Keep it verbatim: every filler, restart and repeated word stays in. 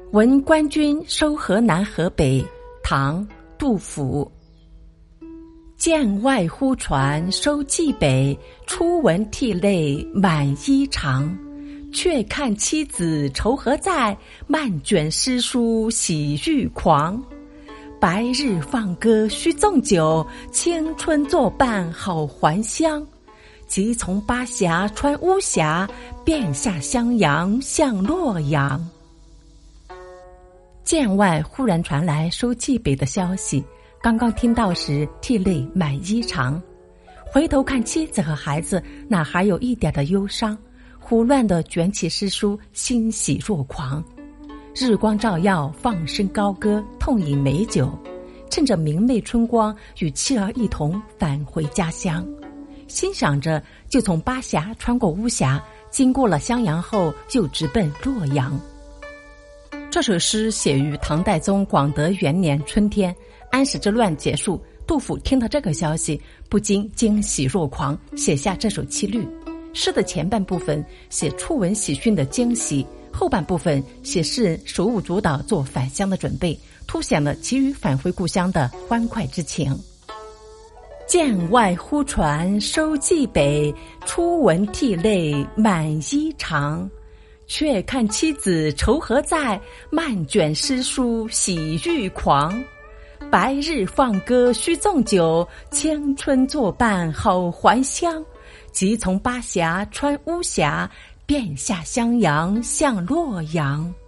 闻官军收河南河北，唐·杜甫。剑外忽传收蓟北，初闻涕泪满衣裳。却看妻子愁何在，漫卷诗书喜欲狂。白日放歌须纵酒，青春作伴好还乡。即从巴峡穿巫峡，便下襄阳向洛阳。剑外忽然传来收蓟北的消息，刚刚听到时涕泪满衣裳，回头看妻子和孩子，哪还有一点的忧伤，胡乱地卷起诗书，欣喜若狂。日光照耀，放声高歌，痛饮美酒，趁着明媚春光，与妻儿一同返回家乡。心想着，就从巴峡穿过巫峡，经过了襄阳后，又直奔洛阳。这首诗写于唐代宗广德元年春天，安史之乱结束，杜甫听到这个消息，不禁惊喜若狂，写下这首七律。诗的前半部分写初闻喜讯的惊喜，后半部分写诗人手舞足蹈做返乡的准备，凸显了急于返回故乡的欢快之情。剑外忽传收蓟北，初闻涕泪满衣裳。却看妻子愁何在，漫卷诗书喜欲狂。白日放歌须纵酒，青春作伴好还乡。即从巴峡穿巫峡，便下襄阳向洛阳。